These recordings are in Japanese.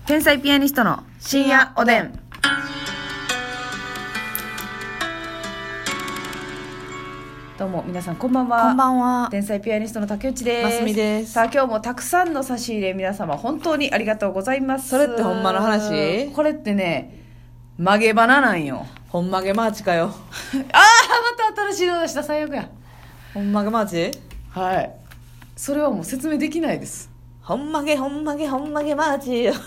天才ピアニストの深夜おでん。どうも皆さんこんばんは。 こんばんは。 天才ピアニストの竹内です。 ますみです。 さあ今日もたくさんの差し入れ皆様本当にありがとうございます。 それってほんまの話？ これってね、曲げ花なんよ。 ほんまげマーチかよ。 また新しいの出した。最悪や。 ほんまげマーチ？ はい。それはもう説明できないです。 ほんまげほんまげほんまげマーチよ。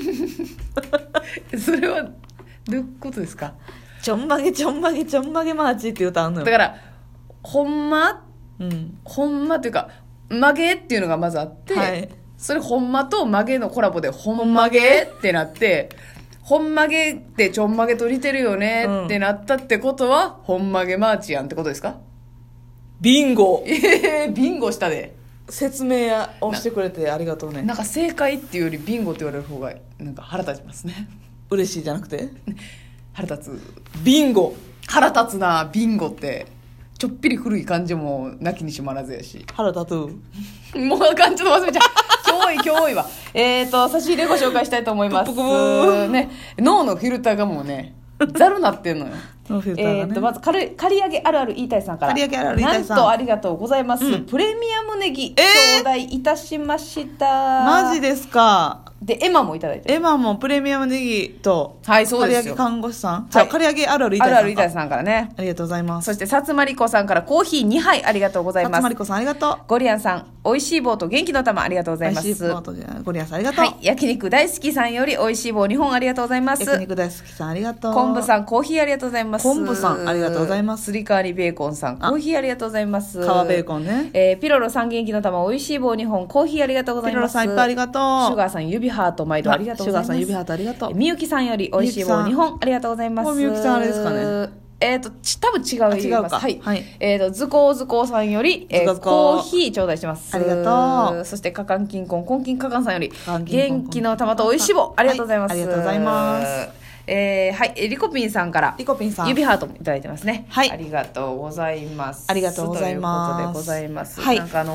それはどういうことですか？ ちょんまげちょんまげちょんまげマーチって歌うのよ。 だからほんまっていうか曲げっていうのがまずあって、はい、それほんまと曲げのコラボでほんまげってなってほんまげってちょんまげと似てるよねってなったってことは、ほんまげマーチやんってことですか？ ビンゴ。 ビンゴしたで。 説明をしてくれてありがとうね。 なんか正解っていうよりビンゴって言われる方がなんか腹立ちますね。 嬉しいじゃなくて腹立つ。 ビンゴ。 腹立つな。ビンゴってちょっぴり古い感じもなきにしもあらずやし。 腹立つ。 もうあかん、ちょっと忘れちゃう。今日多いわ。差し入れご紹介したいと思います。ね、脳のフィルターがもうね、ザルなってんのよ。 脳フィルターがね。 まず借り上げあるある言いたいさんから。 借り上げあるある言いたいさん。 なんとありがとうございます。プレミアムネギ、頂戴いたしました。 マジですか？ で、エマもいただいて。 エマもプレミアムネギと、 はい、そうですよ。 借り上げ看護師さん。じゃあ、借り上げあるある言いたいさん。 あるある言いたいさんからね。 ありがとうございます。 そして、さつまりこさんからコーヒー2杯ありがとうございます。 さつまりこさんありがとう。 ゴリアンさん、美味しい棒と元気の玉ありがとうございます。 美味しい棒とゴリアンさんありがとう。 はい、焼肉大好きさんより美味しい棒2本ありがとうございます。 焼肉大好きさんありがとう。 昆布さん、コーヒーありがとうございます。 昆布さんありがとうございます。 すりかわりベーコンさん、コーヒーありがとうございます。 皮ベーコンね。 ピロロさん元気の玉美味しい棒2本、コーヒーありがとうございます。 ピロロさんいっぱいありがとう。 シュガーさん指ハート毎度ありがとうございます。 シュガーさん指ハートありがとう。 みゆきさんより美味しい棒2本ありがとうございます。 みゆきさんあれですかね。 多分違うか。 はい。 はい。 ずこうずこうさんより、コーヒー頂戴してます。 ありがとう。 そして、かかんきんこん、こんきんかかんさんより、元気の玉と美味しい棒、ありがとうございます。 ありがとうございます。 はい。リコピンさんから、 リコピンさん。 指ハートもいただいてますね。 はい。 ありがとうございます。 ありがとうございます。 ということでございます。 はい。 なんか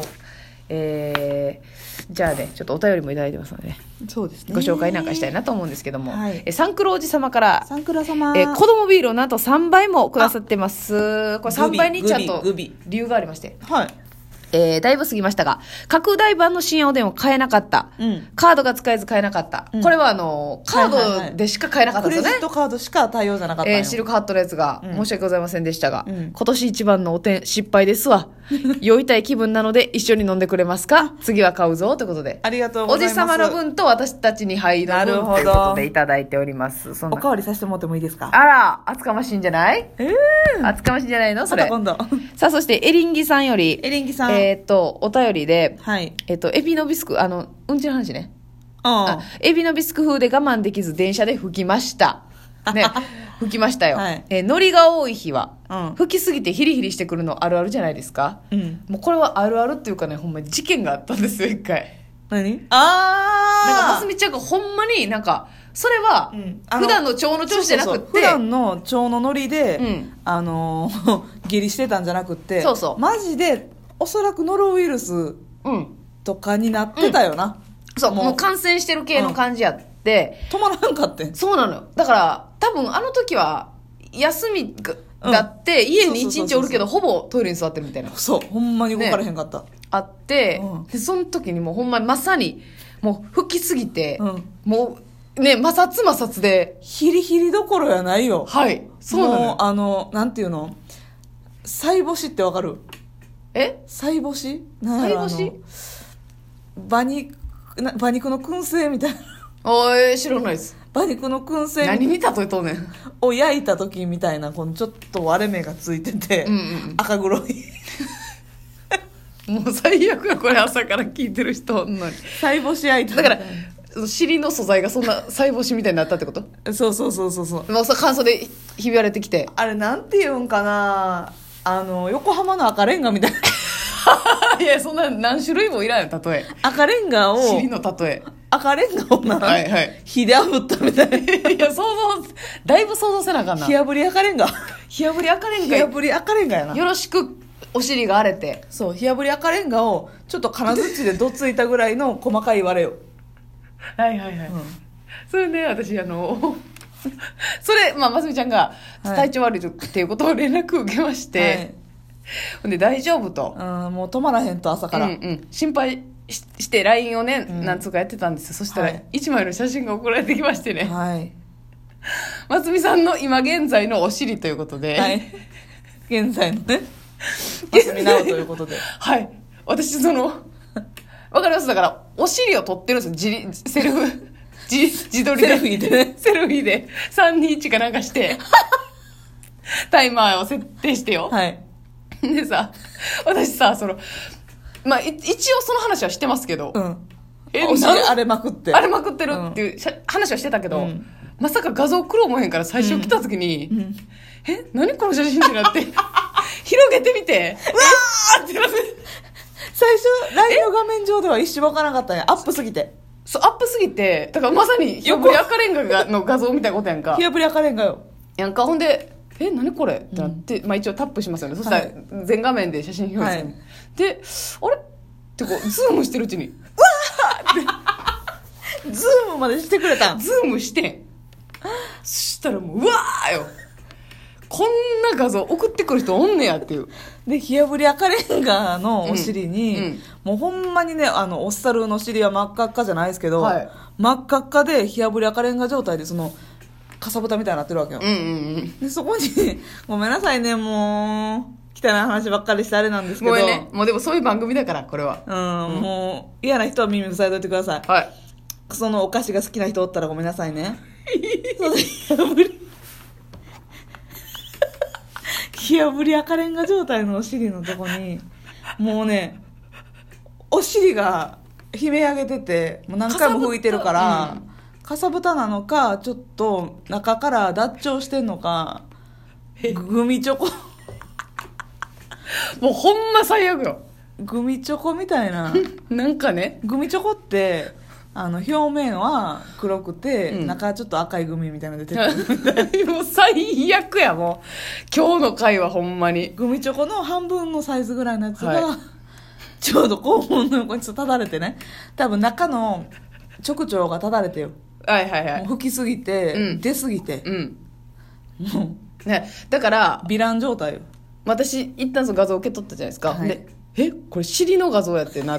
じゃあね、ちょっとお便りもいただいてますので、 そうですね。 ご紹介なんかしたいなと思うんですけども、 はい、 サンクロおじ様から、 サンクロ様、 子供ビールをなんと3倍もくださってます。これ3倍にちゃんと理由がありまして。 はい。 だいぶ過ぎましたが、拡大版の深夜おでんを買えなかった。カードが使えず買えなかった。これはカードでしか買えなかったですよね。 クレジットカードしか対応じゃなかったよ。 シルクハットのやつが、申し訳ございませんでしたが、今年一番のおでん失敗ですわ。酔いたい気分なので一緒に飲んでくれますか？次は買うぞということで。 ありがとうございます。 おじさまの分と私たちに入る分ということでいただいております。 おかわりさせてもらってもいいですか？ あら、厚かましいんじゃない？厚かましいんじゃないのそれ。 また今度。 さあ、そしてエリンギさんより、 エリンギさん。 お便りで、 はい。 エビのビスク、うんちの話ね。 エビのビスク風で我慢できず電車で吹きました。ね、吹きましたよ。はい、海苔が多い日は、吹きすぎてヒリヒリしてくるのあるあるじゃないですか。もうこれはあるあるっていうかね、ほんまに事件があったんですよ、一回。 何？ なんか、ますみちゃんがほんまになんか、それは、普段の腸の調子じゃなくて、 普段の腸のノリで、下痢してたんじゃなくて、マジで、おそらくノロウイルスとかになってたよな。 そう、もう感染してる系の感じやって、 止まらんかって。 そうなのよ。だから、多分あの時は、休みだって、家に一日おるけど、ほぼトイレに座ってるみたいな。 そう、ほんまに動かれへんかった。 あって、で、その時にもうほんまにまさに、もう吹きすぎて、もう、ね、摩擦で。 ヒリヒリどころやないよ。 はい。そうなの。 もう、なんていうの？菜干しってわかる？菜干し？ 菜干し？ 馬肉の燻製みたいな。 知らないです。 馬肉の燻製何に例えとんねんを焼いた時みたいな、このちょっと割れ目がついてて、赤黒い。 もう最悪や、これ朝から聞いてる人おんのに。 菜干し焼いた。 だから、尻の素材がそんな菜干しみたいになったってこと？ そう。もう乾燥でひび割れてきて。 あれなんて言うんかな、横浜の赤レンガみたいな。 いや、そんな何種類もいらんよ、例え。 赤レンガを。 尻の例え。 赤レンガをな、火で炙ったみたいな。 いや、だいぶ想像せなあかんな。 火炙り赤レンガ。 火炙り赤レンガ。 火炙り赤レンガやな。 よろしく、お尻が荒れて。 そう、火炙り赤レンガを、ちょっと金槌でどついたぐらいの細かい割れよ。 はい。 それね、私それ、ますみちゃんが体調悪いっていうことを連絡受けまして、ほんで大丈夫と。 もう止まらへんと朝から。 心配して LINE をね、何通かやってたんですよ。そしたら1枚の写真が送られてきましてね。ますみさんの今現在のお尻ということで。 現在のね。ますみなおということで。 私わかります。だから、お尻を撮ってるんですよ。セルフ。自撮りで。 セルフィーでね。 セルフィーで。321かなんかして、タイマーを設定してよ。でさ、私さ、一応その話はしてますけど。 お尻荒れまくって。 荒れまくってるっていう話はしてたけど、まさか画像来る思えへんから最初来た時に、何この写真ってなって、広げてみて、うわーってなって。 最初、LINE の画面上では一瞬わからなかったんや。アップすぎて。 そう、アップすぎて、だからまさに、火ぶり赤レンガの画像みたいなことやんか。 火ぶり赤レンガよ。 やんか、ほんで、何これってなって、一応タップしますよね。そしたら、全画面で写真表示する。で、あれってこう、ズームしてるうちに、うわーって、ズームまでしてくれたん。 ズームしてん。そしたらもう、うわーよ。こんな画像送ってくる人おんねやっていう。 で、火ぶり赤レンガのお尻に、もうほんまにね、おっさるの尻は真っ赤っかじゃないですけど、真っ赤っかで火ぶり赤レンガ状態で、かさぶたみたいになってるわけよ。で、そこに、ごめんなさいね、もう、汚い話ばっかりしてあれなんですけど。 ごめんね。もうでもそういう番組だから、これは。 もう、嫌な人は耳塞いどいてください。そのお菓子が好きな人おったらごめんなさいね。火ぶり赤レンガ状態のお尻のとこに、もうね、お尻が悲鳴上げてて、もう何回も拭いてるから、かさぶたなのか、ちょっと中から脱腸してんのか、グミチョコ。 もうほんま最悪よ。 グミチョコみたいな。 なんかね。 グミチョコって、表面は黒くて、中ちょっと赤いグミみたいなの出てくる。 もう最悪や、もう。今日の回はほんまに。 グミチョコの半分のサイズぐらいのやつが、ちょうど肛門の横に立たれてね。多分中の直腸が立たれてよ。もう拭きすぎて、出すぎて。もう。ね、だから、 ヴィラン状態よ。 私、一旦その画像受け取ったじゃないですか。で、これ尻の画像やってなって、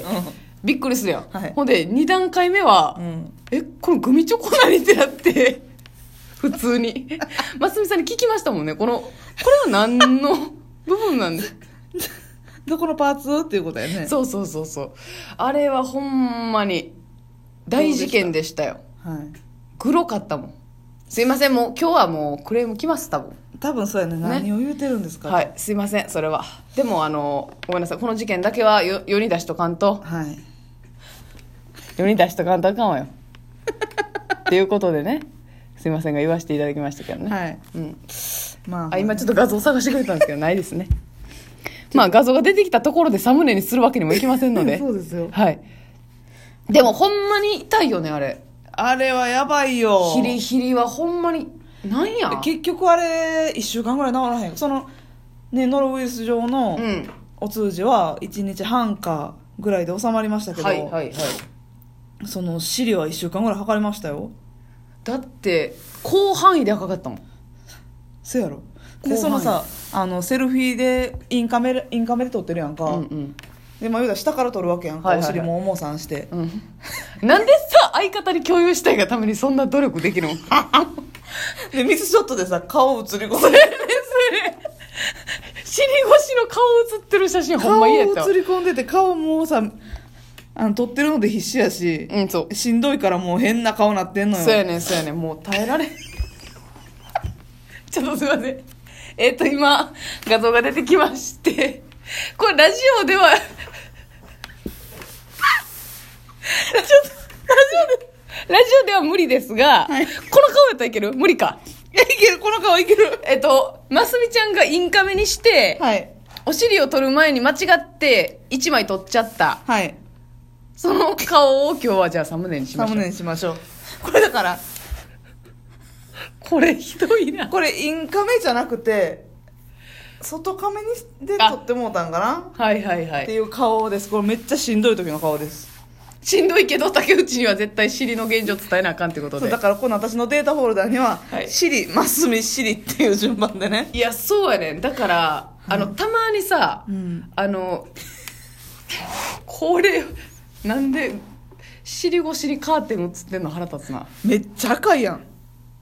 びっくりするやん。ほんで、2段階目は、これグミチョコ何ってなって、普通に。ますみさんに聞きましたもんね。これは何の部分なんでどこのパーツっていうことやね。 そう。あれはほんまに、大事件でしたよ。グロかったもん。すいません、もう今日はもうクレーム来ます、 多分そうやね。何を言うてるんですか。 すいません、それは。でもごめんなさい、この事件だけは世に出しとかんと。世に出しとかんとあかんわよ。っていうことでね、すいませんが言わせていただきましたけどね。今ちょっと画像探してくれたんですけど、ないですね。画像が出てきたところでサムネにするわけにもいきませんので。 そうですよ。 でもほんまに痛いよね、あれ。 あれはやばいよ。 ヒリヒリはほんまに、なんや。 結局あれ、1週間ぐらい治らへん。ノロウイルス上のお通じは1日半かぐらいで収まりましたけど、その尻は1週間ぐらい測りましたよ。 だって広範囲で赤かったもん。 そうやろ。でそのさ、セルフィーでインカメで撮ってるやんか。で言うたら下から撮るわけやんか。お尻も重さんして、 なんでさ相方に共有したいがためにそんな努力できるのでミスショットでさ顔映り込んで、 それ尻越しの顔映ってる写真ほんま嫌やったわ。 顔映り込んでて、顔もさ撮ってるので必死やし、しんどいからもう変な顔なってんのよ。 そうやねん、もう耐えられんちょっとすいません。今画像が出てきまして、これラジオではラジオでは無理ですが、この顔やったらいける？無理か。 いける、この顔いける。 ますみちゃんがインカメにして、お尻を撮る前に間違って1枚撮っちゃった。その顔を今日はじゃあサムネにしましょう。 これだから、 これひどいな。 これインカメじゃなくて、外カメで撮ってもうたんかな。っていう顔です。これめっちゃしんどい時の顔です。 しんどいけど竹内には絶対尻の現状伝えなあかんってことで。 そうだからこの私のデータフォルダには、はい、尻ますみ尻っていう順番でね。 いやそうやねん。だからたまにさ、これなんで尻越しにカーテン映ってんの腹立つな。 めっちゃ赤いやん。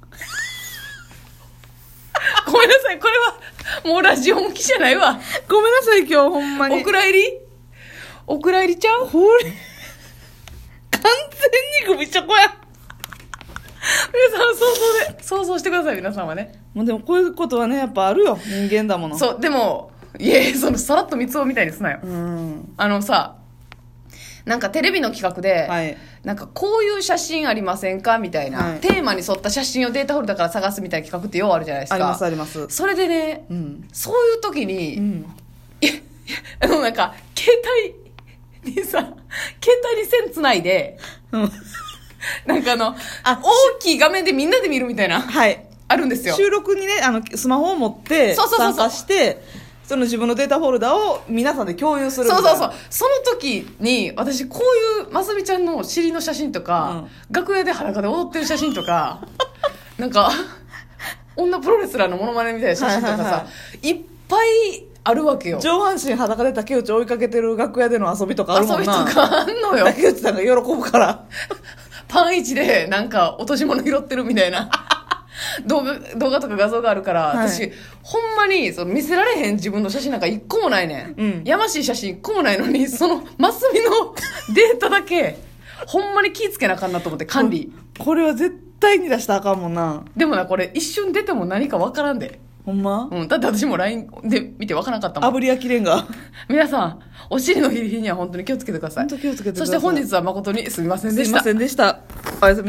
ごめんなさい、これはもうラジオ向きじゃないわ。 ごめんなさい、今日ほんまに。 お蔵入りちゃう？ これ完全に首チョコや。 皆さん想像してください、皆さんはね。 もうでもこういうことはね、やっぱあるよ、人間だもの。 そう、でもさらっと三つ男みたいにすなよ。さ、なんかテレビの企画で、はい、なんかこういう写真ありませんかみたいな、はい、テーマに沿った写真をデータフォルダから探すみたいな企画ってようあるじゃないですか。 ありますあります。 それでね、そういう時に、なんか携帯に線つないで、なんか大きい画面でみんなで見るみたいな、はい、あるんですよ。 収録にね、スマホを持って参加して、その自分のデータフォルダを皆さんで共有するみたいな。 その時に私こういうますみちゃんの尻の写真とか、楽屋で裸で踊ってる写真とかなんか女プロレスラーのモノマネみたいな写真とかさ、いっぱいあるわけよ。 上半身裸で竹内追いかけてる楽屋での遊びとかあるもんな。 遊びとかあんのよ。 竹内さんが喜ぶからパン1でなんか落とし物拾ってるみたいな動画とか画像があるから、はい、私ほんまに見せられへん自分の写真なんか一個もないねん、やましい写真一個もないのに、そのマスミのデータだけほんまに気ぃつけなあかんなと思って。管理これは絶対に出したらあかんもんな。 でもな、これ一瞬出ても何かわからんで。 ほんま？ だって私も LINE で見てわからなかったもん。 炙り焼きレンガ皆さんお尻の日には本当に気をつけてください。 本当気をつけてください。 そして本日は誠にすみませんでした。 すみませんでした。おやすみなさい。